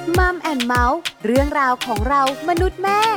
มัมแอนด์เมาส์เรื่องราวของเรามนุษย์แม่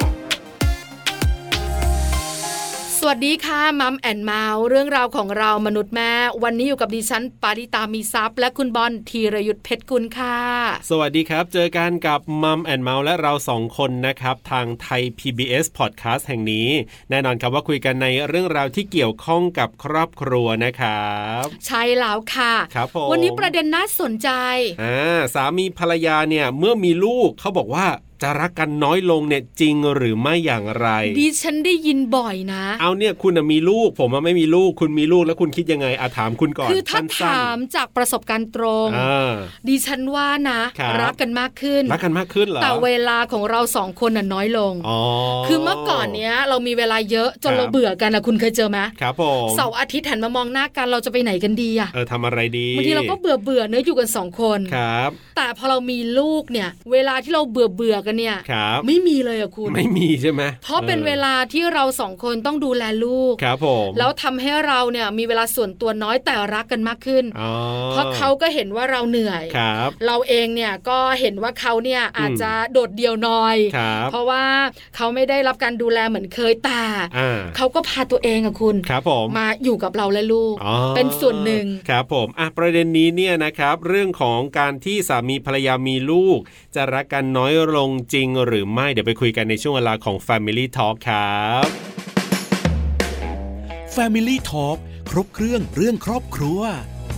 สวัสดีค่ะมัมแอนด์เมาส์เรื่องราวของเรามนุษย์แม่วันนี้อยู่กับดิฉันปาริตามีซัพย์และคุณบอลธีรยุทธเพชรกุลค่ะสวัสดีครับเจอกันกับมัมแอนด์เมาส์และเรา2คนนะครับทางไทย PBS Podcast แห่งนี้แน่นอนครับว่าคุยกันในเรื่องราวที่เกี่ยวข้องกับครอบครัวนะครับใช่แล้วค่ะครับผมวันนี้ประเด็นน่าสนใจสามีภรรยาเนี่ยเมื่อมีลูกเขาบอกว่าจะรักกันน้อยลงเนี่ยจริงหรือไม่อย่างไรดิฉันได้ยินบ่อยนะเอาเนี่ยคุณมีลูกผมไม่มีลูกคุณมีลูกแล้วคุณคิดยังไงถามคุณก่อนคือถ้าถามจากประสบการณ์ตรงดิฉันว่านะรักกันมากขึ้นรักกันมากขึ้นเหรอแต่เวลาของเรา2คนน่ะน้อยลงคือเมื่อก่อนเนี้ยเรามีเวลาเยอะจนเราเบื่อกันนะคุณเคยเจอไหมครับผมเสาร์อาทิตย์หันมามองหน้ากันเราจะไปไหนกันดีอะทำอะไรดีบางทีเราก็เบื่อเนื้ออยู่กัน2คนครับแต่พอเรามีลูกเนี่ยเวลาที่เราเบื่อกันเนี่ยไม่มีเลยอะคุณไม่มีใช่ไหมเพราะเป็นเวลาที่เรา2คนต้องดูแลลูกครับผมแล้วทำให้เราเนี่ยมีเวลาส่วนตัวน้อยแต่รักกันมากขึ้นเพราะเขาก็เห็นว่าเราเหนื่อยเราเองเนี่ยก็เห็นว่าเขาเนี่ยอาจจะโดดเดี่ยวน้อยเพราะว่าเขาไม่ได้รับการดูแลเหมือนเคยแต่เขาก็พาตัวเองอะคุณมาอยู่กับเราและลูกเป็นส่วนหนึ่งครับผมประเด็นนี้เนี่ยนะครับเรื่องของการที่สามีภรรยามีลูกจะรักกันน้อยลงจริงหรือไม่เดี๋ยวไปคุยกันในช่วงเวลาของ Family Talk ครับ Family Talk ครบเครื่องเรื่องครอบครัว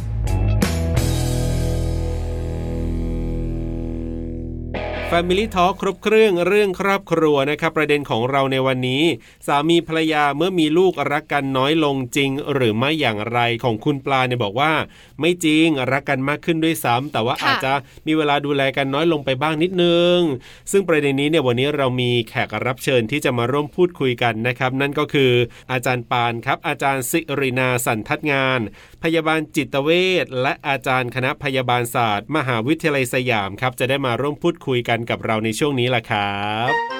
Family Talk ครบเครื่องเรื่องครอบครัวนะครับประเด็นของเราในวันนี้สามีภรรยาเมื่อมีลูกรักกันน้อยลงจริงหรือไม่อย่างไรของคุณปลาเนี่ยบอกว่าไม่จริงรักกันมากขึ้นด้วยซ้ำแต่ว่าอาจจะมีเวลาดูแลกันน้อยลงไปบ้างนิดนึงซึ่งประเด็นนี้เนี่ยวันนี้เรามีแขกรับเชิญที่จะมาร่วมพูดคุยกันนะครับนั่นก็คืออาจารย์ปานครับอาจารย์สิรินาสันทัดงานพยาบาลจิตเวชและอาจารย์คณะพยาบาลศาสตร์มหาวิทยาลัยสยามครับจะได้มาร่วมพูดคุยกันกับเราในช่วงนี้ล่ะครับ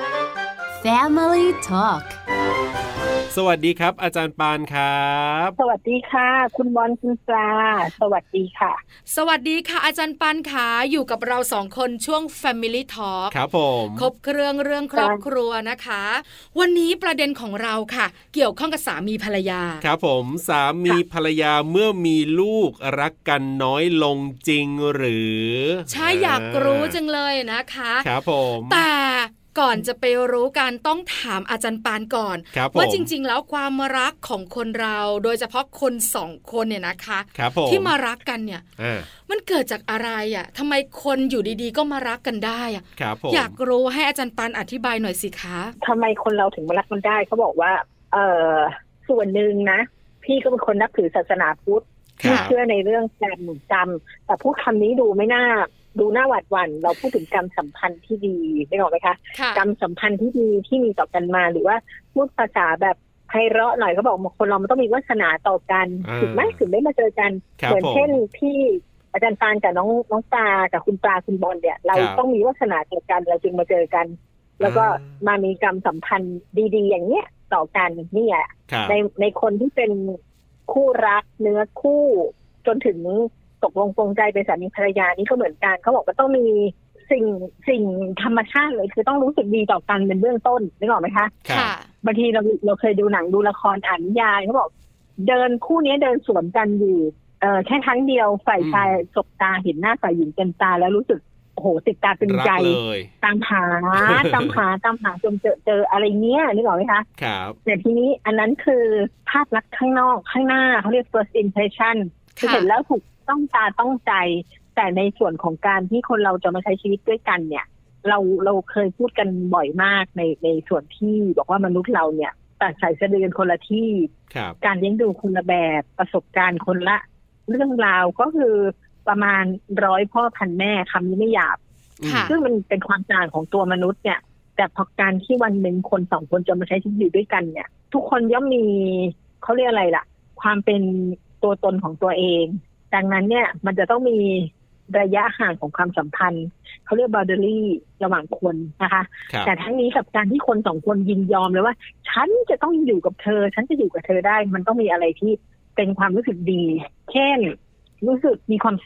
Family Talk สวัสดีครับอาจารย์ปานครับสวัสดีค่ะคุณบอลคุณปลาสวัสดีค่ะสวัสดีค่ะอาจารย์ปานขาอยู่กับเรา2คนช่วง Family Talk ครับผมครบเครื่องครอบครัวนะคะวันนี้ประเด็นของเราค่ะเกี่ยวข้องกับสามีภรรยาครับผมสามีภรรยาเมื่อมีลูกรักกันน้อยลงจริงหรือใช่อยากรู้จังเลยนะคะครับผมแต่ก่อนจะไปรู้กันต้องถามอาจารย์ปานก่อนว่าจริงๆแล้วความรักของคนเราโดยเฉพาะคน2คนเนี่ยนะคะที่มารักกันเนี่ยมันเกิดจากอะไรอ่ะทำไมคนอยู่ดีๆก็มารักกันได้อ่ะอยากรู้ให้อาจารย์ปานอธิบายหน่อยสิคะทำไมคนเราถึงมารักกันได้เขาบอกว่าส่วนหนึ่งนะพี่ก็เป็นคนนับถือศาสนาพุทธที่เชื่อในเรื่องกรรมแต่พูดคำนี้ดูหน้าหวาดหวั่นเราพูดถึงกรรมสัมพันธ์ที่ดีได้หรอไหมคะกรรมสัมพันธ์ที่ดีที่มีต่อกันมาหรือว่าพูดภาษาแบบไพเราะหน่อยเขาบอกคนเรามันต้องมีวาสนาต่อกันถึงได้มาเจอกันเหมือนเช่นที่อาจารย์ปานกับน้องปลากับคุณปลาคุณบอลเนี่ยเราต้องมีวาสนาต่อกันเราจึงมาเจอกันแล้วก็มามีกรรมสัมพันธ์ดีๆอย่างเนี้ยต่อกันนี่แหละในคนที่เป็นคู่รักเนื้อคู่จนถึงตกลงปรงใจเป็นสามีภรรยานี่ก็เหมือนกันเขาบอกว่าต้องมีสิ่งธรรมชาติเลยคือต้องรู้สึกดีต่อกันเป็นเบื้องต้นนึกออกไหมคะค่ะบางทีเราเคยดูหนังดูละครอ่านนิยายเขาบอกเดินคู่นี้เดินสวนกันอยู่แค่ครั้งเดียวฝ่ายชายสบตาเห็นหน้าฝ่ายหญิงเต็มตาแล้วรู้สึกโอ้โหติดตาตึงใจตามหาจนเจออะไรเงี้ยนึกออกไหมคะครับแต่ทีนี้อันนั้นคือภาพลักษณ์ข้างนอกข้างหน้าเขาเรียก first impression คือเห็นแล้วถูกต้องตาต้องใจแต่ในส่วนของการที่คนเราจะมาใช้ชีวิตด้วยกันเนี่ยเราเคยพูดกันบ่อยมากในส่วนที่บอกว่ามนุษย์เราเนี่ยต่างสายสะดือคนละที่การเลี้ยงดูคนละแบบประสบการณ์คนละเรื่องราวก็คือประมาณ100 พ่อพันแม่คำนี้ไม่หยาบซึ่งมันเป็นความต่างของตัวมนุษย์เนี่ยแต่พอการที่วันหนึ่งคน2 คนจะมาใช้ชีวิตอยู่ด้วยกันเนี่ยทุกคนย่อมมีเขาเรียกอะไรล่ะความเป็นตัวตนของตัวเองดังนั้นเนี่ยมันจะต้องมีระยะห่างของความสัมพันธ์เขาเรียก boundary ระหว่างคนนะคะแต่ทั้งนี้กับการที่คน2 คนยินยอมเลยว่าฉันจะต้องอยู่กับเธอฉันจะอยู่กับเธอได้มันต้องมีอะไรที่เป็นความรู้สึกดีเช่นรู้สึกมีความสุข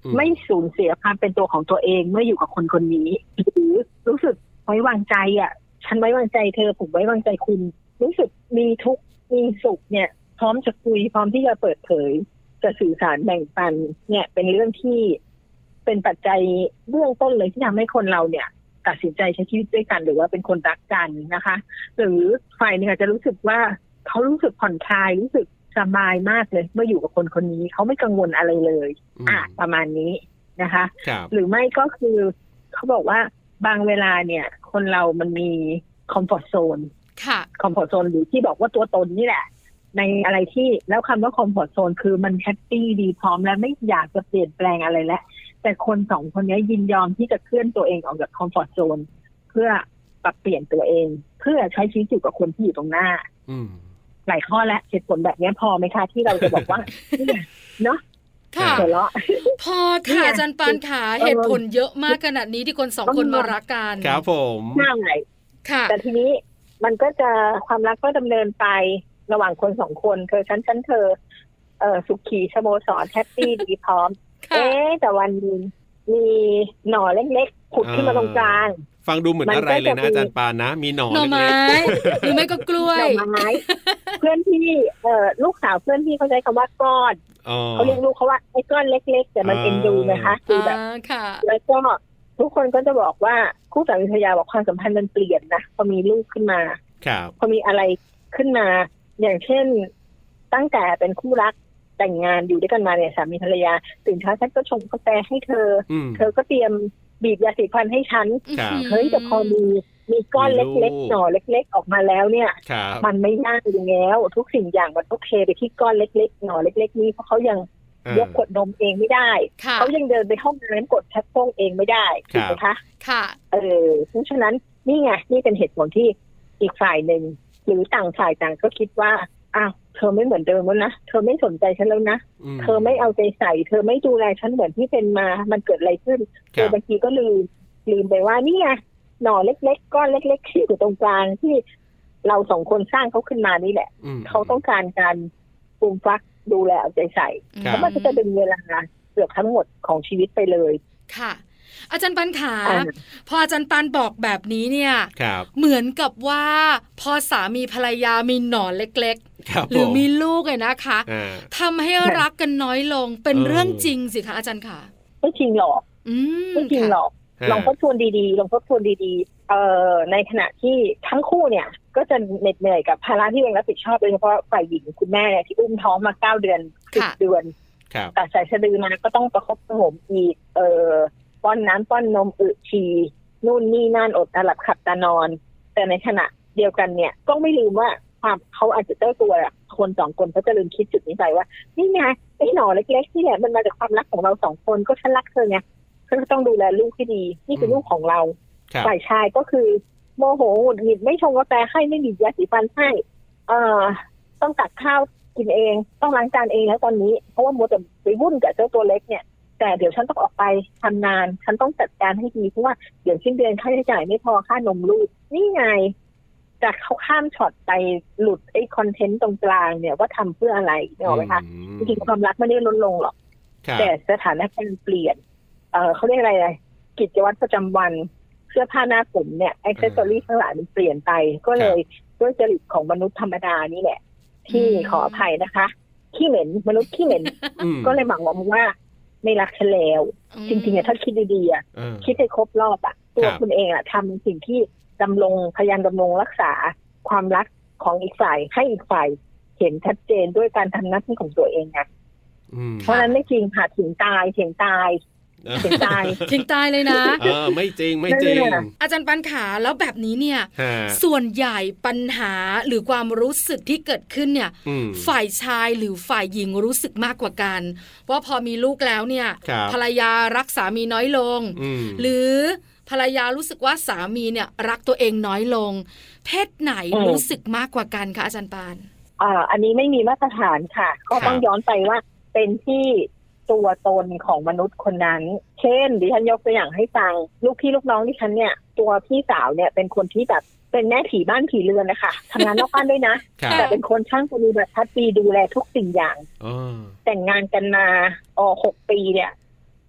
ไม่สูญเสียความเป็นตัวของตัวเองเมื่ออยู่กับคนคนนี้หรือรู้สึกไว้วางใจฉันไว้วางใจเธอผมไว้วางใจคุณรู้สึกมีทุกข์มีสุขเนี่ยพร้อมจะคุยพร้อมที่จะเปิดเผยจะสื่อสารแบ่งปันเนี่ยเป็นเรื่องที่เป็นปัจจัยเบื้องต้นเลยที่ทำให้คนเราเนี่ยตัดสินใจใช้ชีวิตด้วยกันหรือว่าเป็นคนรักกันนะคะหรือฝ่ายหนึ่งอาจจะรู้สึกว่าเขารู้สึกผ่อนคลายรู้สึกสบายมากเลยเมื่ออยู่กับคนคนนี้เขาไม่กังวลอะไรเลยประมาณนี้นะคะหรือไม่ก็คือเขาบอกว่าบางเวลาเนี่ยคนเรามันมีคอมฟอร์ทโซนคอมฟอร์ทโซนหรือที่บอกว่าตัวตนนี่แหละในอะไรที่แล้วคำว่าคอมฟอร์ทโซนคือมันแฮปปี้ดีพร้อมแล้วไม่อยากจะเปลี่ยนแปลงอะไรแล้วแต่คนสองคนนี้ยินยอมที่จะเคลื่อนตัวเองออกจากคอมฟอร์ทโซนเพื่อปรับเปลี่ยนตัวเองเพื่อใช้ชีวิตอยู่กับคนที่อยู่ตรงหน้าหลายข้อและเหตุผลแบบนี้พอไหมคะที่เราจะบอกว่าเนาะค่ะพอค่ะอาจารย์ปานขาเหตุผลเยอะมากขนาดนี้ที่คนสองคนมารักกันครับผมน่าไงค่ะแต่ทีนี้มันก็จะความรักก็ดำเนินไประหว่างคนสองคนเธอฉันเธอสุขีสโมสรแฮปปี้ดีพร้อมแต่วันนึงมีหน่อเล็กๆผุดขึ้นมาตรงกลางฟังดูเหมือนอะไรเลยนะอาจารย์ปานนะมีหน่อไม้หรือไม่ก็กล้วยหน่อไม้เพื่อนพี่ลูกสาวเพื่อนพี่เขาใช้คำว่าก้อนเขาเรียกลูกเขาว่าไอ้ก้อนเล็กๆแต่มันเอ็นดูนะคะคือแบบแล้วก็ทุกคนก็จะบอกว่าคู่สามีภรรยาบอกความสัมพันธ์มันเปลี่ยนนะพอมีลูกขึ้นมาพอมีอะไรขึ้นมาอย่างเช่นตั้งแต่เป็นคู่รักแต่งงานอยู่ด้วยกันมาเนี่ยสามีภรรยาตื่นเช้าฉันก็ชงกาแฟให้เธอก็เตรียมบีบยาสีฟันให้ฉันเฮ้ยแต่พอมีก้อนเล็กๆหน่อเล็กๆออกมาแล้วเนี่ยมันไม่ยากอยู่แล้วทุกสิ่งอย่างมันโอเคไปที่ก้อนเล็กๆหน่อเล็กๆนี้เพราะเขายังยกขวดนมเองไม่ได้เขายังเดินไปห้องน้ำกดชักโครกเองไม่ได้ถูกไหมคะค่ะเพราะฉะนั้นนี่ไงนี่เป็นเหตุผลที่อีกฝ่ายหนึ่งหรือต่างฝ่ายต่างก็คิดว่าอ้าวเธอไม่เหมือนเดิมแล้วนะเธอไม่สนใจฉันแล้วนะเธอไม่เอาใจใส่เธอไม่ดูแลฉันเหมือนที่เป็นมามันเกิดอะไรขึ้นเธอบางทีก็ลืมไปว่านี่ไงหน่อเล็กๆก้อนเล็กๆที่อยู่ตรงกลางที่เราสองคนสร้างเขาขึ้นมานี่แหละเขาต้องการการปรุงฟักดูแลเอาใจใส่เพราะมันจะดึงเวลาเกือบทั้งหมดของชีวิตไปเลยค่ะอาจารย์ปานขาพออาจารย์ปานบอกแบบนี้เนี่ยเหมือนกับว่าพอสามีภรรยามีหน่อเล็กๆหรือมีลูกเลยนะคะทำให้รักกันน้อยลงเป็นเรื่องจริงสิคะอาจารย์ค่ะไม่จริงหรอกไม่จริงหรอกลองทบทวนดีๆในขณะที่ทั้งคู่เนี่ยก็จะเหน็ดเหนื่อยกับภาระที่ตัวเองรับผิดชอบโดยเฉพาะฝ่ายหญิงคุณแม่เนี่ยที่อุ้มท้องมา9 เดือน10 เดือนแต่ใส่สะดือมาก็ต้องประคบประหงมอีกป้อนน้ำป้อนนมฉี่นู่นนี่นั่นอดตาหลับขับตานอนแต่ในขณะเดียวกันเนี่ยก็ไม่ลืมว่าความเขาอาจจะเจ้าตัวคนสองคนเขาจะลืมคิดจุดนี้ไปว่านี่ไงไอ้หน่อเล็กๆที่เนี่ยมันมาจากความรักของเราสองคนก็ฉันรักเธอไงเธอต้องดูแลลูกให้ดีนี่คือลูกของเราฝ่ายชายก็คือโมโหหงุดหงิดไม่ชงกาแฟให้ไม่บีบยาสีฟันให้ต้องตักข้าวกินเองต้องล้างจานเองแล้วตอนนี้เพราะว่ามัวแต่ไปวุ่นกับเจ้าตัวเล็กเนี่ยแต่เดี๋ยวฉันต้องออกไปทำงานฉันต้องจัดการให้ดีเพราะว่าเดี๋ยวสิ้นเดือนค่าใช้จ่ายไม่พอค่านมลูกนี่ไงจะเขาข้ามช็อตไปหลุดไอ้คอนเทนต์ตรงกลางเนี่ยว่าทำเพื่ออะไรเนี่ยหรอไหมคะจริงๆความรักไม่ได้ลดลงหรอกแต่สถานการณ์เปลี่ยนเขาเรียกอะไรกิจวัตรประจำวันเสื้อผ้าหน้าผมเนี่ยแอ็กเซสซอรี่ทั้งหลายมันเปลี่ยนไปก็เลยด้วยจริตของมนุษย์ธรรมดานี่แหละที่ขออภัยนะคะขี้เหม็นมนุษย์ขี้เหม็นก็เลยหวังว่าไม่รักฉันแล้วจริงๆถ้าคิดดีๆคิดให้ครบรอบตัวคุณเองทำสิ่งที่พยายามดำรงรักษาความรักของอีกฝ่ายให้อีกฝ่ายเห็นชัดเจนด้วยการทำหน้าที่ของตัวเองเพราะนั้นไม่จริงค่ะถึงตายถึงตายเลยนะไม่จริงอาจารย์ปันขาแล้วแบบนี้เนี่ยส่วนใหญ่ปัญหาหรือความรู้สึกที่เกิดขึ้นเนี่ยฝ่ายชายหรือฝ่ายหญิงรู้สึกมากกว่ากันว่าพอมีลูกแล้วเนี่ยภรรยารักสามีน้อยลงหรือภรรยารู้สึกว่าสามีเนี่ยรักตัวเองน้อยลงเพศไหนรู้สึกมากกว่ากันคะอาจารย์ปานอันนี้ไม่มีมาตรฐานค่ะก็ต้องย้อนไปว่าเป็นที่ตัวตนของมนุษย์คนนั้นเช่นดิฉันยกตัวอย่างให้ฟังลูกพี่ลูกน้องดิฉันเนี่ยตัวพี่สาวเนี่ยเป็นคนที่แบบเป็นแม่ผีบ้านผีเรือนนะคะทำงานนอกบ้านด้วยนะแต่เป็นคนช่างปฏิบัติพัฒน์ปีดูแลทุกสิ่งอย่างแต่งงานกันมา6 ปีเนี่ย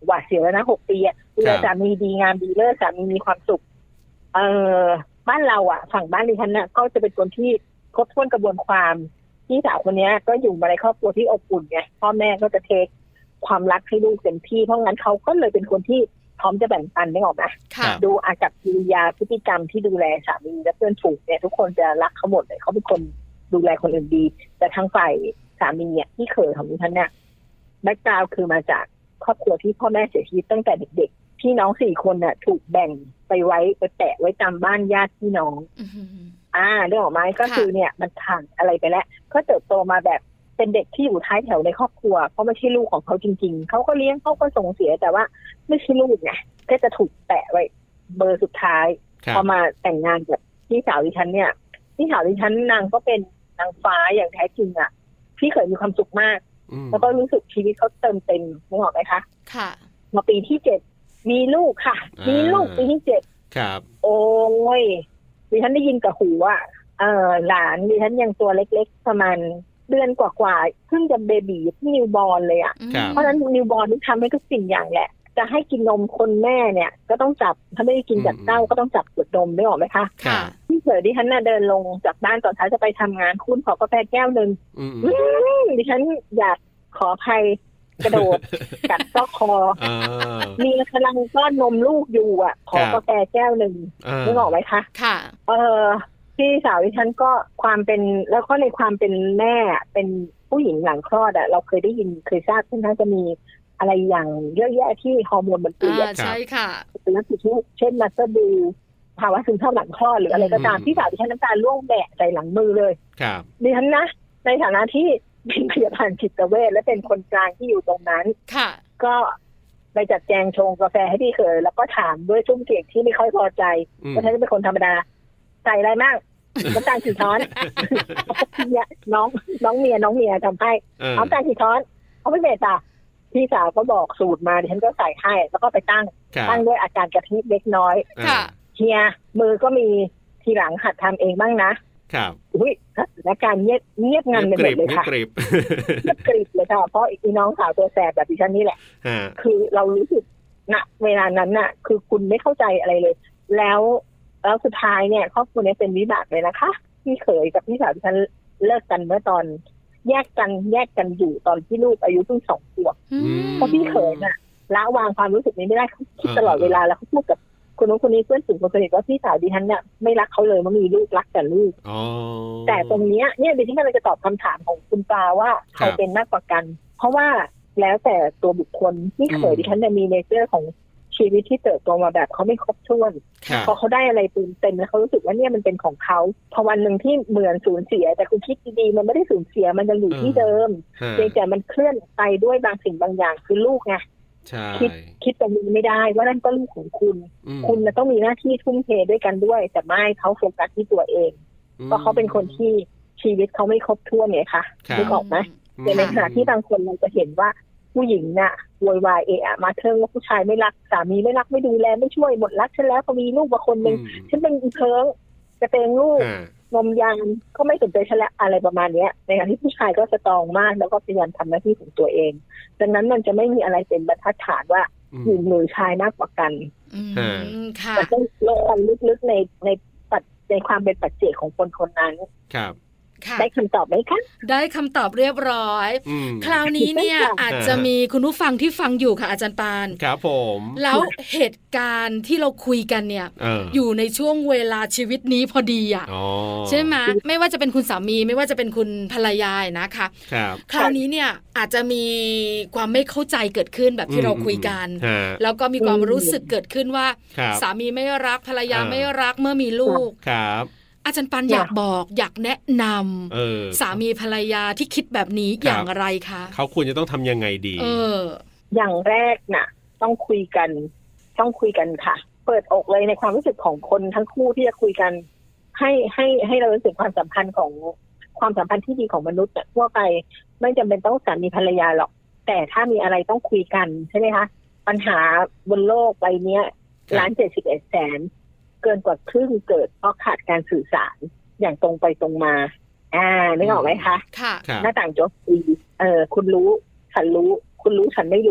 หวาดเสียวแล้วนะ6 ปีดูแลสามีดีงามดีเลิศสามีมีความสุขบ้านเราฝั่งบ้านดิฉันก็จะเป็นคนที่ครบถ้วนกระบวนความพี่สาวคนนี้ก็อยู่มาในครอบครัวที่อบอุ่นไงพ่อแม่ก็จะเทคความรักให้ลูกเต็มที่เพราะงั้นเขาก็เลยเป็นคนที่พร้อมจะแบ่งปันได้ออกนะดูอากับกิริยาพฤติกรรมที่ดูแลสามีและเพื่อนฝูงเนี่ยทุกคนจะรักเขาหมดเลยเขาเป็นคนดูแลคนอื่นดีแต่ทางฝ่ายสามีที่เคยของดิฉันเนี่ยแบ็คกราวด์คือมาจากครอบครัวที่พ่อแม่เสียชีวิตตั้งแต่เด็กๆพี่น้อง4 คนน่ะถูกแบ่งไปแปะไว้ตามบ้านญาติพี่น้องเรื่องของไม้ก็คือเนี่ยมันผ่านอะไรไปแล้วก็เติบโตมาแบบเป็นเด็กที่อยู่ท้ายแถวในครอบครัวเพราะไม่ใช่ลูกของเขาจริงๆเขาก็เลี้ยงเขาก็ส่งเสียแต่ว่าไม่ใช่ลูกไงก็จะถูกแปะไว้เบอร์สุดท้ายพอมาแต่งงานกับพี่สาวดิฉันเนี่ยพี่สาวดิฉันนางก็เป็นนางฟ้าอย่างแท้จริงพี่เคยมีความสุขมากแล้วก็รู้สึกชีวิตเขาเติมเต็มนึกออกไหมคะค่ะมาปีที่7มีลูกค่ะมีลูกปีที่7ครับโอ้ยดิฉันได้ยินกับหูหลานดิฉันยังตัวเล็กๆประมาณเดือนกว่าๆเพิ่งจะเบบีเพิ่งนิวบอร์นเลยเพราะฉะนั้นนิวบอร์นนี่ทำให้ทุกสิ่งอย่างแหละจะให้กินนมคนแม่เนี่ยก็ต้องจับถ้าไม่ได้กินจากเต้าก็ต้องจับขวดนมได้ออกไหมคะที่เกิดดิฉันเดินลงจากบ้านตอนเช้าจะไปทำงานคุณขอกาแฟแก้วนึงดิฉันอยากขออภัยกระโดดกัดซอกคอมีกำลังก้อนนมลูกอยู่ขอกาแฟแก้วนึงนึกออกไหมคะค่ะพี่สาวดิฉันก็ความเป็นแล้วก็ในความเป็นแม่เป็นผู้หญิงหลังคลอดเราเคยได้ยินเคยทราบซึ่งท่านจะมีอะไรอย่างเยอะแยะที่ฮอร์โมนมันเปลี่ยนใช่ค่ะเป็นลักษณะเช่นมาสเตอร์บูภาวะซึมเศร้าหลังคลอดหรืออะไรก็ตามพี่สาวดิฉันน้ำตาร่วงแบะใจหลังมือเลยดิฉันนะในฐานะที่เป็นพยาบาลจิตเวชและเป็นคนกลางที่อยู่ตรงนั้นก็ไปจัดแจงชงกาแฟให้พี่เคยแล้วก็ถามด้วยซุ้มเสียงที่ไม่ค่อยพอใจเพราะฉันเป็นคนธรรมดาใส่อะไรมากน้ำตาลกี่ช้อนน้องเมียทำให้น้ำตาลกี่ช้อนเขาไม่เบสพี่สาวก็บอกสูตรมาดิฉันก็ใส่ให้แล้วก็ไปตั้งด้วยอาการกระพริบเล็กน้อยเฮียมือก็มีทีหลังหัดทำเองบ้างนะครับอุ้ยและการเงียบงันไปหมดเลยค่ะเงียบกริบเลยค่ะเพราะอีกน้องสาวตัวแสบแบบดิฉันนี่แหละคือเรารู้สึกณเวลานั้นน่ะคือคุณไม่เข้าใจอะไรเลยแล้วสุดท้ายเนี่ยครอบครัวนี้เป็นวิบากเลยนะคะพี่เขยกับพี่สาวดิฉันเลิกกันเมื่อตอนแยกกันอยู่ตอนที่ลูกอายุเพิ่ง2 ขวบเพราะพี่เขยน่ะละวางความรู้สึกนี้ไม่ได้เขาคิดตลอดเวลาแล้วเขาพูดกับคนนู้นคนนี้เพื่อนฝูงคนสนิทว่าพี่สาวดิฉันเนี่ยไม่รักเขาเลยมันมีลูกรักแต่ลูกแต่ตรงเนี้ยเนี่ยดิฉันกำลังจะตอบคำถามของคุณปาว่าใครเป็นมากกว่ากันเพราะว่าแล้วแต่ตัวบุคคลพี่เขยดิฉันจะมีเนเจอร์ของชีวิตที่เติบโตมาแบบเขาไม่ครบถ้วนพอเขาได้อะไรเต็มแล้วเขารู้สึกว่าเนี่ยมันเป็นของเขาพอวันหนึ่งที่เหมือนสูญเสียแต่คุณคิดดีๆมันไม่ได้สูญเสียมันยังอยู่ที่เดิมเพียงแต่มันเคลื่อนไปด้วยบางสิ่งบางอย่างคือลูกไงคิดตรงนี้ไม่ได้ว่านั่นก็ลูกของคุณจะต้องมีหน้าที่ทุ่มเทด้วยกันด้วยแต่ไม่เขาโฟกัสที่ตัวเองเพราะเขาเป็นคนที่ชีวิตเขาไม่ครบถ้วนไงคะนึกออกไหมแต่ในขณะที่บางคนเราจะเห็นว่าผู้หญิงน่ะโวยวายมาเทิงว่าผู้ชายไม่รักสามีไม่รักไม่ดูแลไม่ช่วยหมดรักฉันแล้วพอมีลูกมาคนนึงฉันเป็นอีเพิงจะเป็นลูกนมยางก็ไม่สนใจฉันแล้วอะไรประมาณนี้ในขณะที่ผู้ชายก็สตรองมากแล้วก็พยายามทำหน้าที่ของตัวเองดังนั้นมันจะไม่มีอะไรเป็นบรรทัดฐานว่าหญิงหรือชายมากกว่ากันแต่ต้องลงความลึกๆในความเป็นปัจเจกของคนคนนั้นได้คำตอบไหมคะได้คำตอบเรียบร้อยคราวนี้เนี่ยอาจจะมีคุณผู้ฟังที่ฟังอยู่ค่ะอาจารย์ปานครับผมแล้วเหตุการณ์ที่เราคุยกันเนี่ยอยู่ในช่วงเวลาชีวิตนี้พอดีใช่ไหมไม่ว่าจะเป็นคุณสามีไม่ว่าจะเป็นคุณภรรยานะคะคราวนี้เนี่ยอาจจะมีความไม่เข้าใจเกิดขึ้นแบบที่เราคุยกันแล้วก็มีความรู้สึกเกิดขึ้นว่าสามีไม่รักภรรยาไม่รักเมื่อมีลูกอาจารย์ปันอยากบอกอยากแนะนำสามีภรรยาที่คิดแบบนี้อย่างไรคะเขาควรจะต้องทำยังไงดีอย่างแรกน่ะต้องคุยกันค่ะเปิดอกเลยในความรู้สึกของคนทั้งคู่ที่จะคุยกันให้เรารู้สึกความสัมพันธ์ที่ดีของมนุษย์ทั่วไปไม่จำเป็นต้องสามีภรรยาหรอกแต่ถ้ามีอะไรต้องคุยกันใช่ไหมคะปัญหาบนโลกใบนี้1,71,000,000เกินกว่าครึ่งเกิดเพราะขาดการสื่อสารอย่างตรงไปตรงมานึกออกไหมคะหน้าต่างโจมตีคุณรู้ฉันรู้คุณรู้ฉันไม่รู้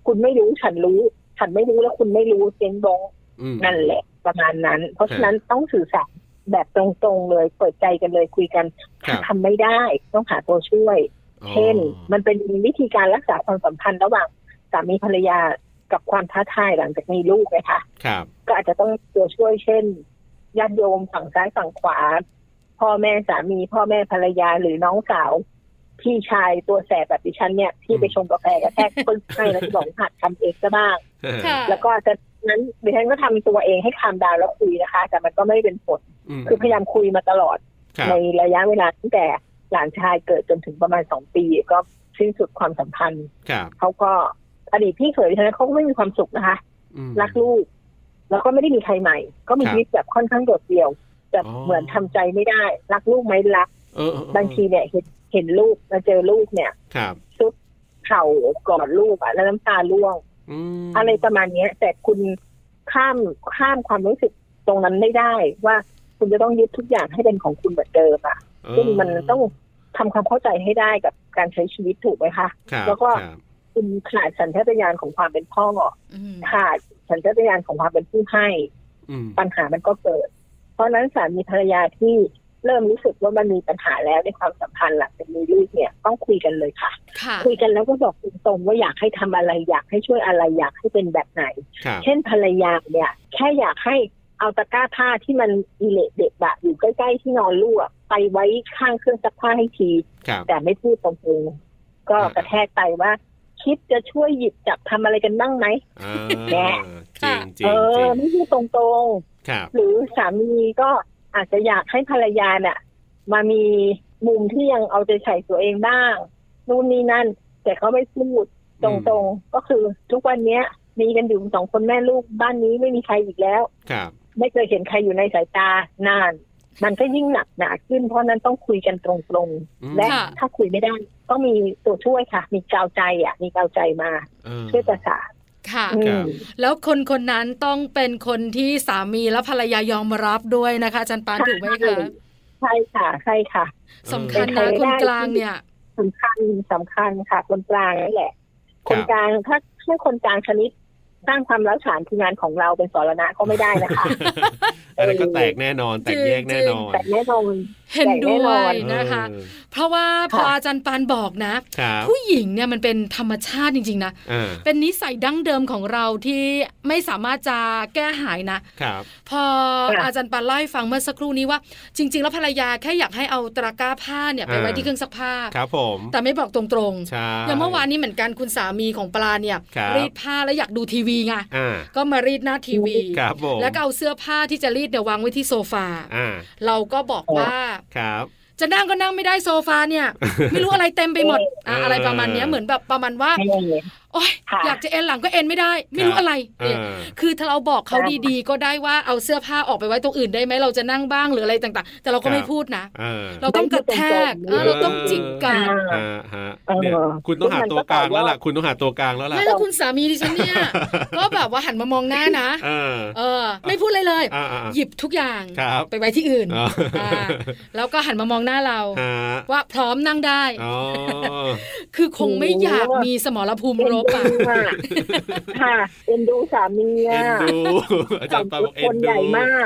คุณไม่รู้ฉันรู้ฉันไม่รู้แล้วคุณไม่รู้เจ๊งบงนั่นแหละประมาณนั้นเพราะฉะนั้นต้องสื่อสารแบบตรงๆเลยเปิดใจกันเลยคุยกันถ้าทำไม่ได้ต้องหาตัวช่วยเช่นมันเป็นวิธีการรักษาความสัมพันธ์ระหว่างสามีภรรยากับความท้าทายหลังจากมีลูกนะคะก็อาจจะต้องตัวช่วยเช่นญาติโยมฝั่งซ้ายฝั่งขวาพ่อแม่สามีพ่อแม่ภรรยาหรือน้องสาวพี่ชายตัวแสบแบบดิฉันเนี่ยที่ไปชงกาแฟกระแทกคนให้แล้วบอกหัดทำเองซะบ้างแล้วก็จะนั้นดิฉันก็ทำตัวเองให้คามดาวแล้วคุยนะคะแต่มันก็ไม่เป็นผลคือพยายามคุยมาตลอดในระยะเวลาตั้งแต่หลานชายเกิดจนถึงประมาณ2 ปีก็สิ้นสุดความสัมพันธ์เขาก็อดีตพี่เขยดิฉันเขาก็ไม่มีความสุขนะคะรักลูกแล้วก็ไม่ได้มีใครใหม่ก็มีชีวิตแบบค่อนข้างโดดเดี่ยวแบบเหมือนทำใจไม่ได้รักลูกไหมรักบางทีเนี่ยเห็นลูกมาเจอลูกเนี่ยซุดเข่ากอดลูกอ่ะแล้วน้ำตาร่วงอะไรประมาณนี้แต่คุณข้ามความรู้สึกตรงนั้นไม่ได้ว่าคุณจะต้องยึดทุกอย่างให้เป็นของคุณเหมือนเดิมอ่ะซึ่งมันต้องทำความเข้าใจให้ได้กับการใช้ชีวิตถูกไหมคะแล้วก็คุณขาดสัญชาตญาณของความเป็นพ่อขาดสัญชาตญาณของความเป็นผู้ให้ปัญหามันก็เกิดเพราะนั้นสามีภรรยาที่เริ่มรู้สึกว่ามันมีปัญหาแล้วในความสัมพันธ์หลังจากมีลูกเนี่ยต้องคุยกันเลยค่ะคุยกันแล้วก็บอกตรงๆว่าอยากให้ทำอะไรอยากให้ช่วยอะไรอยากให้เป็นแบบไหนเช่นภรรยาเนี่ยแค่อยากให้เอาตะกร้าผ้าที่มันอิเละเด็กแบบอยู่ใกล้ๆที่นอนลูกไปไว้ข้างเครื่องซักผ้าให้ทีแต่ไม่พูดตรงๆก็กระแทกไปว่าคิดจะช่วยหยิบจับทำอะไรกันบ้างไหมแน่ไม่พูดตรงๆหรือสามีก็อาจจะอยากให้ภรรยาเนี่ยมามีมุมที่ยังเอาใจใส่ตัวเองบ้างนู่นนี่นั่นแต่เขาไม่พูดตรงๆก็คือทุกวันนี้มีกันอยู่2 คนแม่ลูกบ้านนี้ไม่มีใครอีกแล้วไม่เคยเห็นใครอยู่ในสายตานานมันก็ยิ่งหนักหนาขึ้นเพราะนั้นต้องคุยกันตรงๆและถ้าคุยไม่ได้ต้องมีตัวช่วยค่ะมีกาวใจมีกาวใจมาช่วยประสานค่ะแล้วคนนั้นต้องเป็นคนที่สามีและภรรยายอมรับด้วยนะคะอาจารย์ปานถูกไหมคะใช่ค่ะใช่ค่ะสำคัญนะคนกลางเนี่ยสำคัญค่ะคนกลางนี่แหละคนกลางถ้าคนกลางชนิดสร้างความร้าวฉานคืองานของเราเป็นสรณะก็ไม่ได้นะคะอะไรก็แตกแน่นอนแตกแยกแน่นอนแตกแน่นอนเห็นด้วยนะคะเพราะว่าพออาจารย์ปานบอกนะผู้หญิงเนี่ยมันเป็นธรรมชาติจริงๆนะเป็นนิสัยดั้งเดิมของเราที่ไม่สามารถจะแก้หายนะพออาจารย์ปานเล่าให้ฟังเมื่อสักครู่นี้ว่าจริงๆแล้วภรรยาแค่อยากให้เอาตะกร้าผ้าเนี่ยไปไว้ที่เครื่องซักผ้าครับผมแต่ไม่บอกตรงๆอย่างเมื่อวานนี้เหมือนกันคุณสามีของปลาเนี่ยรีดผ้าแล้วอยากดูทีวีไงก็มารีดหน้าทีวีแล้วก็เอาเสื้อผ้าที่จะรีดเนี่ยวางไว้ที่โซฟาเราก็บอกว่าจะนั่งก็นั่งไม่ได้โซฟาเนี่ย ไม่รู้อะไรเต็มไปหมดอะไรประมาณนี้เหมือนแบบประมาณว่าโอ๊ยอยากจะเอ็นหลังก็เอ็นไม่ได้ไม่รู้อะไรคือถ้าเราบอกเขาดีๆก็ได้ว่าเอาเสื้อผ้าออกไปไว้ตรงอื่นได้ไหมเราจะนั่งบ้างหรืออะไรต่างๆแต่เราก็ไม่พูดนะเราต้องกระแทกเราต้องจิกกัดเนี่ยคุณต้องหาตัวกลางแล้วล่ะคุณต้องหาตัวกลางแล้วล่ะแล้วคุณสามีดิฉันเนี่ยก็แบบว่าหันมามองหน้านะไม่พูดเลยหยิบทุกอย่างไปไว้ที่อื่นแล้วก็หันมามองหน้าเราว่าพร้อมนั่งได้คือคงไม่อยากมีสมรภูมิรบค่ะเอ็นดูสามีอาจารย์ปาบอกเอ็นดูใหญ่มาก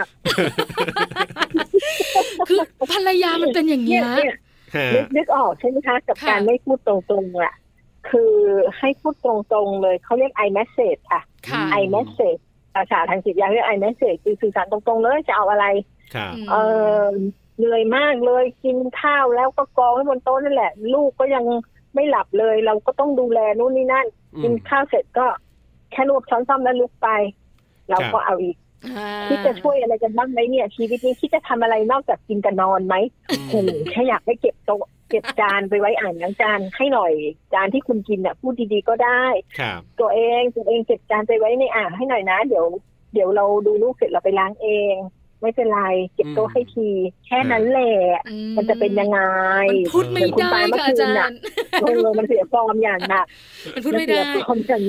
คือภรรยามันเป็นอย่างนี้นึกออกใช่ไหมคะกับการไม่พูดตรงๆอ่ะคือให้พูดตรงๆเลยเขาเรียก I message ค่ะ I message ภาษาทางจิตวิทยาเรียก I message คือสื่อสารตรงๆเลยจะเอาอะไรเหนื่อยมากเลยกินข้าวแล้วก็กองไว้บนโต๊ะนั่นแหละลูกก็ยังไม่หลับเลยเราก็ต้องดูแลนู่นนี่นั่นกินข้าวเสร็จก็แค่รวบช้อนซ่อมแล้วลุกไปเราก็เอาอีกคิดจะช่วยอะไรกันบ้างไหมเนี่ยชีวิตนี้คิดจะทำอะไรนอกจากกินกับนอนไหมแค่อยากให้เก็บโต๊ะเก็บจานไปไว้อ่านล้างจานให้หน่อยจานที่คุณกินเนี่ยพูดดีๆก็ได้ตัวเองเก็บจานไปไว้ในอ่างให้หน่อยนะเดี๋ยวเราดูลูกเสร็จเราไปล้างเองไม่เป็นไรเก็บโต๊ะให้ทีแค่นั้นแหละมันจะเป็นยังไงมันพูดไม่ได้ค่ะอาจารย์มันเสียฟอร์มอย่างหนักมันพูดไม่ได้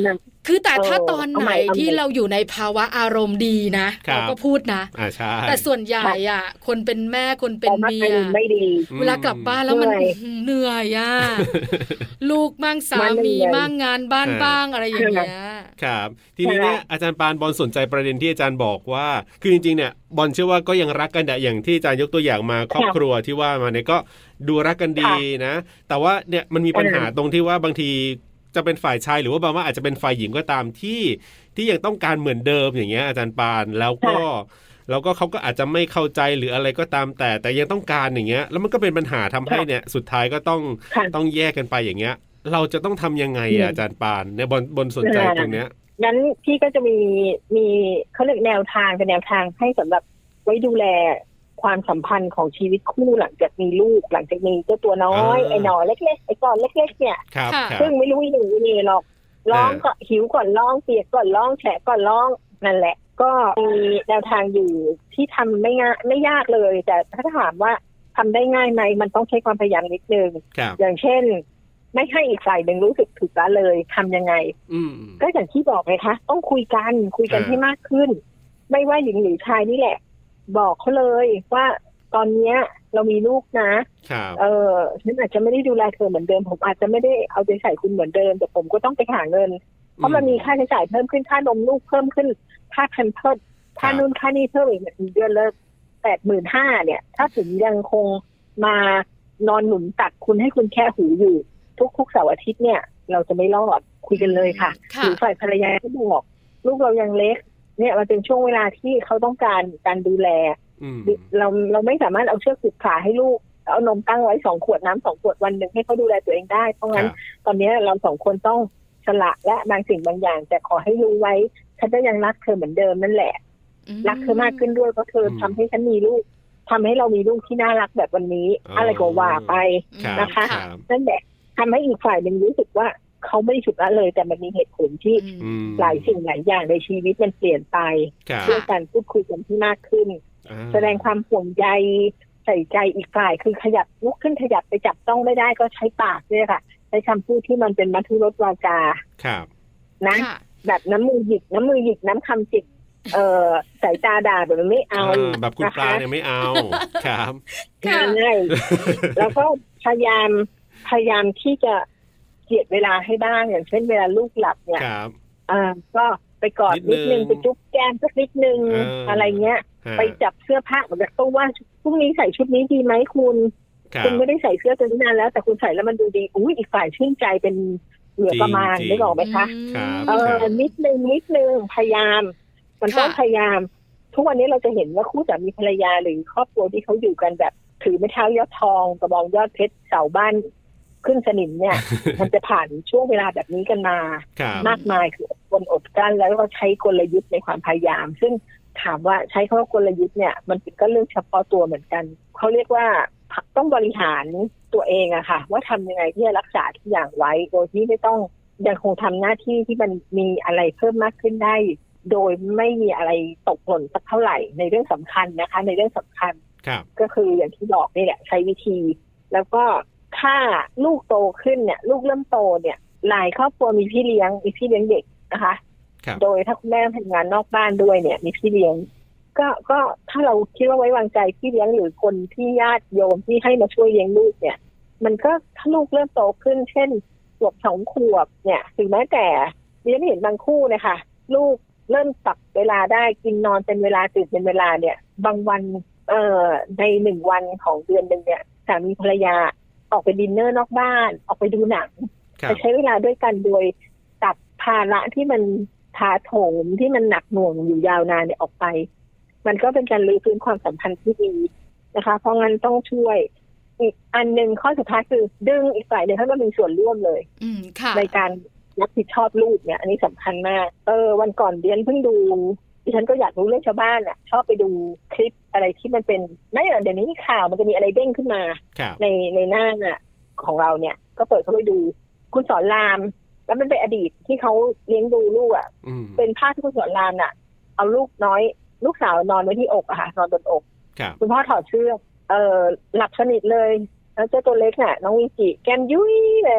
คือแต่ถ้าตอนไหนที่เราอยู่ในภาวะอารมณ์ดีนะเราก็พูดนะแต่ส่วนใหญ่อ่ะคนเป็นแม่คนเป็นเมียไม่ดีเวลากลับบ้านแล้วมันเหนื่อยอ่ะลูกมั่งสามีมั่งงานบ้านบ้างอะไรอย่างเงี้ยครับทีนี้เนี่ยอาจารย์ปานบอลสนใจประเด็นที่อาจารย์บอกว่าคือจริงๆเนี่ยบอลเชื่อว่าก็ยังรักกันอย่างที่อาจารย์ยกตัวอย่างมาครอบครัวที่ว่ามาเนี่ยก็ดูรักกันดีนะแต่ว่าเนี่ยมันมีปัญหาตรงที่ว่าบางทีจะเป็นฝ่ายชายหรือว่าบางว่าอาจจะเป็นฝ่ายหญิงก็ตามที่ยังต้องการเหมือนเดิมอย่างเงี้ยอาจารย์ปานแล้วก็เขาก็อาจจะไม่เข้าใจหรืออะไรก็ตามแต่ยังต้องการอย่างเงี้ยแล้วมันก็เป็นปัญหาทำให้เนี่ยสุดท้ายก็ต้องแยกกันไปอย่างเงี้ยเราจะต้องทำยังไงอาจารย์ปานเนี่ยบนสนใจตรงเนี้ยงั้นพี่ก็จะมีเขาเรียกแนวทางเป็นแนวทางให้สำหรับไว้ดูแลความสัมพันธ์ของชีวิตคู่หลังจากมีลูกหลังจากมีเจ้าตัวน้อยไอ้หนอเล็กๆไอ้ก้อนเล็กๆเนี่ยซึ่งไม่รู้หนูนี่หรอกร้องก็หิวก่อนร้องเปียกก่อนร้องแฉะก่อนร้องนั่นแหละก็มีแนวทางอยู่ที่ทำไม่ยากเลยแต่ถ้าถามว่าทำได้ง่ายไหมมันต้องใช้ความพยายามนิดนึงอย่างเช่นไม่ให้อีกฝ่ายหนึ่งรู้สึกถูกละเลยทำยังไงก็อย่างที่บอกไงคะต้องคุยกันให้มากขึ้นไม่ว่าหญิงหรือชายนี่แหละบอกเขาเลยว่าตอนนี้เรามีลูกนะฉันอาจจะไม่ได้ดูแลเธอเหมือนเดิมผมอาจจะไม่ได้เอาใจใส่คุณเหมือนเดิมแต่ผมก็ต้องไปหาเงินเพราะมันมีค่าใช้จ่ายเพิ่มขึ้นค่านมลูกเพิ่มขึ้นค่าแพมเพิร์สค่านู่นค่านี่เพิ่มอีกเดือนละ85,000เนี่ยถ้าถึงยังคงมานอนหนุนตักคุณให้คุณแค่หูอยู่ทุกเสาร์อาทิตย์เนี่ยเราจะไม่รอดคุยกันเลยค่ะหรือฝ่ายภรรยาก็บอกลูกเรายังเล็กเนี่ยมันเป็นช่วงเวลาที่เขาต้องการดูแลเราไม่สามารถเอาเชือกผูกขาให้ลูกเอานมตั้งไว้2 ขวดน้ำ2 ขวดวันหนึ่งให้เขาดูแลตัวเองได้เพราะงั้นตอนนี้เรา2 คนต้องสละและบางสิ่งบางอย่างแต่ขอให้รู้ไว้ฉันจะยังรักเธอเหมือนเดิมนั่นแหละรักเธอมากขึ้นด้วยเพราะเธอทำให้ฉันมีลูกทำให้เรามีลูกที่น่ารักแบบวันนี้อะไรก็ว่าไปนะคะนั่นแหละทำให้อีกฝ่ายหนึ่งรู้สึกว่าเขาไม่ได้ฉุดละเลยแต่มันมีเหตุผลที่หลายสิ่งหลายอย่างในชีวิตมันเปลี่ยนไปเพื่อการพูดคุยกันที่มากขึ้นแสดงความห่วงใยใส่ใจอีกฝ่ายคือขยับลุกขึ้นขยับไปจับต้องไม่ได้ก็ใช้ปากเนี่ยค่ะใช้คำพูดที่มันเป็นมัธยมวาจานะแบบน้ำมือหยิกน้ำคำจิกสายตาด่าแบบไม่เอาแบบคุณปลาเนี่ยไม่เอาครับใช่แล้วก็พยายามที่จะเจียดเวลาให้บ้างอย่างเช่นเวลาลูกหลับเนี่ยก็ไปกอดนิดนึงไปจุ๊บแก้มสักนิดนึงอะไรเงี้ยไปจับเสื้อผ้าแบบต้องว่าพรุ่งนี้ใส่ชุดนี้ดีไหมคุณไม่ได้ใส่เสื้อตัวนี้นานแล้วแต่คุณใส่แล้วมันดูดีอีกฝ่ายชื่นใจเป็นเหลือประมาณได้บอกไหมคะนิดนึงพยายามมันต้องพยายามทุกวันนี้เราจะเห็นว่าคู่สามีภรรยาหรือครอบครัวที่เขาอยู่กันแบบถือไม้เท้ายอดทองกระบองยอดเพชรเสาบ้านขึ้นสนิมเนี่ย มันจะผ่านช่วงเวลาแบบนี้กันมามากมายคือคนอดกั้นแล้วก็ใช้กลยุทธ์ในความพยายามซึ่งถามว่าใช้คำว่ากลยุทธ์เนี่ยมันเป็นก็เรื่องเฉพาะตัวเหมือนกันเขาเรียกว่าต้องบริหารตัวเองอะค่ะว่าทำยังไงที่จะรักษาทุกอย่างไว้โดยที่ไม่ต้องยังคงทำหน้าที่ที่มันมีอะไรเพิ่มมากขึ้นได้โดยไม่มีอะไรตกหล่นสักเท่าไหร่ในเรื่องสำคัญนะคะในเรื่องสำคัญก็คืออย่างที่บอกนี่แหละใช้วิธีแล้วก็ถ้าลูกโตขึ้นเนี่ยลูกเริ่มโตเนี่ยหลายครอบครัวมีพี่เลี้ยงเด็กนะคะโดยถ้าคุณแม่ทำงานนอกบ้านด้วยเนี่ยมีพี่เลี้ยงก็ถ้าเราคิดว่าไว้วางใจพี่เลี้ยงหรือคนที่ญาติโยมที่ให้มาช่วยเลี้ยงลูกเนี่ยมันก็ถ้าลูกเริ่มโตขึ้นเช่นขวบ2 ขวบเนี่ยถึงแม้แต่ดิฉันเห็นบางคู่นะคะลูกเริ่มปรับเวลาได้กินนอนเป็นเวลาตื่นเป็นเวลาเนี่ยบางวันใน1 วันของเดือนนึงเนี่ยสามีภรรยาออกไปดินเนอร์นอกบ้านออกไปดูหนังไปใช้เวลาด้วยกันโดยตัดภาระที่มันถาโถมที่มันหนักหน่วงอยู่ยาวนานเนี่ยออกไปมันก็เป็นการรื้อฟื้นความสัมพันธ์ที่ดีนะคะเพราะงั้นต้องช่วยอีกอันนึงข้อสุดท้ายคือดึงอีกฝ่ายนึงให้มามีส่วนร่วมเลยในการรับผิดชอบลูกเนี่ยอันนี้สำคัญมากวันก่อนเรียนเพิ่งดูดิฉันก็อยากรู้เรื่องชาวบ้านอ่ะชอบไปดูคลิปอะไรที่มันเป็นไม่เดี๋ยวนี้ข่าวมันจะมีอะไรเด้งขึ้นมาในหน้าอ่ะของเราเนี่ยก็เปิดเข้าไปดูคุณสอนรามแล้วมันเป็นอดีตที่เขาเลี้ยงดูลูกอ่ะเป็นภาพที่คุณสอนรามอ่ะเอาลูกน้อยลูกสาวนอนไว้ที่อกอะค่ะนอนบนอกคุณพ่อถอดเชือกหลับสนิทเลยแล้วเจ้าตัวเล็กน่ะน้องวิจิแก้มยุ้ยเลย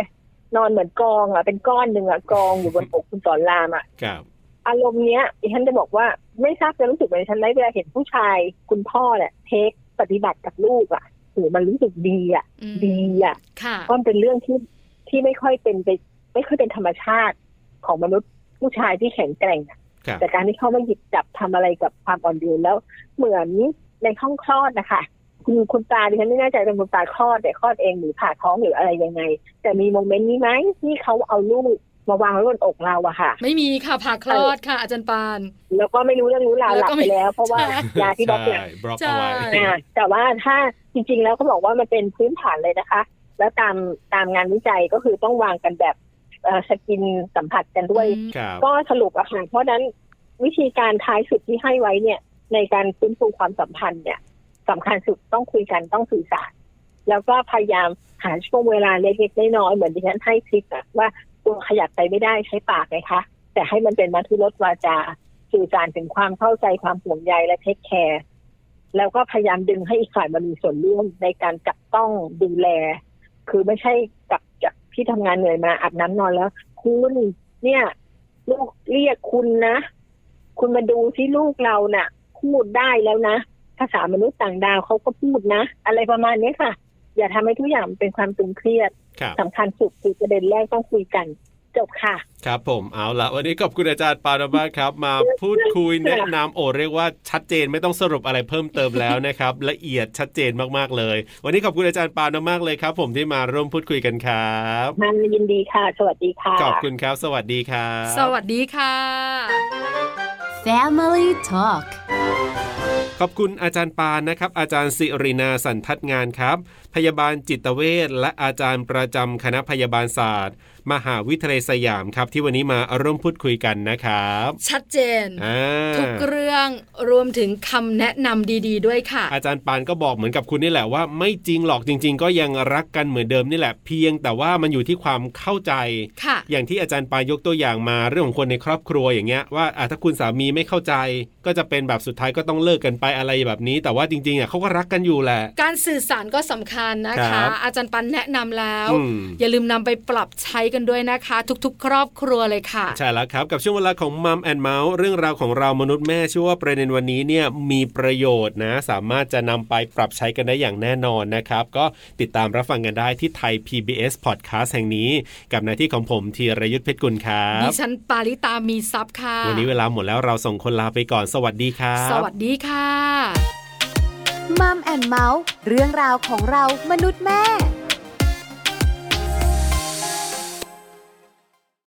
นอนเหมือนกองอ่ะเป็นก้อนหนึ่งอ่ะกองอยู่บนอกคุณสอนรามอ่ะอารมณ์เนี้ยดิฉันจะบอกว่าไม่ทราบจะรู้สึกเหมือนฉันไหมเวลาเห็นผู้ชายคุณพ่อเนี่ยเทคปฏิบัติกับลูกอ่ะโหมันรู้สึกดีอ่ะดีอ่ะเพราะมันเป็นเรื่องที่ไม่ค่อยเป็นธรรมชาติของมนุษย์ผู้ชายที่แข็งแกร่งแต่การที่เขามาหยิบจับทำอะไรกับความอ่อนโยนแล้วเหมือนในห้องคลอดนะคะคุณตาดิฉันไม่แน่ใจเป็นคุณตาคลอดแต่คลอดเองหรือผ่าท้องหรืออะไรยังไงแต่มีโมเมนต์นี้ไหมที่เขาเอาลูกมาวางไว้บนอกเราอะค่ะไม่มีค่ะผ่าคลอดค่ะอาจารย์ปานแล้วก็ไม่รู้เรื่องรู้ราวหลับไปแล้วเพราะว่ายาที่บล็อกเนี่ยแต่ว่าถ้าจริงๆแล้วเขาบอกว่ามันเป็นพื้นฐานเลยนะคะแล้วตามงานวิจัยก็คือต้องวางกันแบบสกินสัมผัสกันด้วยก็สรุปอะค่ะเพราะนั้นวิธีการท้ายสุดที่ให้ไว้เนี่ยในการฟื้นฟูความสัมพันธ์เนี่ยสำคัญสุดต้องคุยกันต้องสื่อสารแล้วก็พยายามหาช่วงเวลาเล็กๆน้อยๆเหมือนที่ฉันให้ทริคอะว่าตัวขยับไปไม่ได้ใช้ปากไงคะแต่ให้มันเป็นมัธยมวาจาสื่อสารถึงความเข้าใจความห่วงใยและเทคแคร์แล้วก็พยายามดึงให้อีกฝ่ายมามีส่วนร่วมในการจับต้องดูแลคือไม่ใช่กับจากที่ทำงานเหนื่อยมาอาบน้ำนอนแล้วคุณเนี่ยลูกเรียกคุณนะคุณมาดูที่ลูกเราน่ะพูดได้แล้วนะภาษามนุษย์ต่างดาวเขาก็พูดนะอะไรประมาณนี้ค่ะอย่าทำให้ทุกอย่างเป็นความตึงเครียดสำคัญสุดคือประเด็นแรกต้องคุยกันจบค่ะครับผมเอาละวันนี้ขอบคุณอาจารย์ปานมากครับมาพูดคุยแนะนำเรียกว่าชัดเจนไม่ต้องสรุปอะไรเพิ่มเติมแล้วนะครับละเอียดชัดเจนมากๆเลยวันนี้ขอบคุณอาจารย์ปานมากเลยครับผมที่มาร่วมพูดคุยกันครับยินดีค่ะสวัสดีค่ะขอบคุณครับสวัสดีครับสวัสดีค่ะ Family Talk ขอบคุณอาจารย์ปานนะครับอาจารย์ศิรินาสันทัดงานครับพยาบาลจิตเวชและอาจารย์ประจำคณะพยาบาลศาสตร์มหาวิทยาลัยสยามครับที่วันนี้มาร่วมพูดคุยกันนะครับชัดเจนทุกเรื่องรวมถึงคำแนะนำดีๆด้วยค่ะอาจารย์ปานก็บอกเหมือนกับคุณนี่แหละว่าไม่จริงหรอกจริงๆก็ยังรักกันเหมือนเดิมนี่แหละเพียงแต่ว่ามันอยู่ที่ความเข้าใจอย่างที่อาจารย์ปานยกตัวอย่างมาเรื่องของคนในครอบครัวอย่างเงี้ยว่าถ้าคุณสามีไม่เข้าใจก็จะเป็นแบบสุดท้ายก็ต้องเลิกกันไปอะไรแบบนี้แต่ว่าจริงๆเขาก็รักกันอยู่แหละการสื่อสารก็สำคัญนะคะอาจารย์ปานแนะนำแล้วอย่าลืมนำไปปรับใช้กันด้วยนะคะทุกๆครอบครัวเลยค่ะใช่แล้วครับกับช่วงเวลาของมัมแอนด์เมาส์เรื่องราวของเรามนุษย์แม่ชื่อว่าประเด็นวันนี้เนี่ยมีประโยชน์นะสามารถจะนำไปปรับใช้กันได้อย่างแน่นอนนะครับก็ติดตามรับฟังกันได้ที่ไทย PBS Podcast แห่งนี้กับหน้าที่ของผมธีรยุทธเพชรกุลครับดิฉันปาริตามีซับค่ะวันนี้เวลาหมดแล้วเราส่งคนลาไปก่อนสวัสดีครับสวัสดีค่ะมัมแอนด์เมาส์เรื่องราวของเรามนุษย์แม่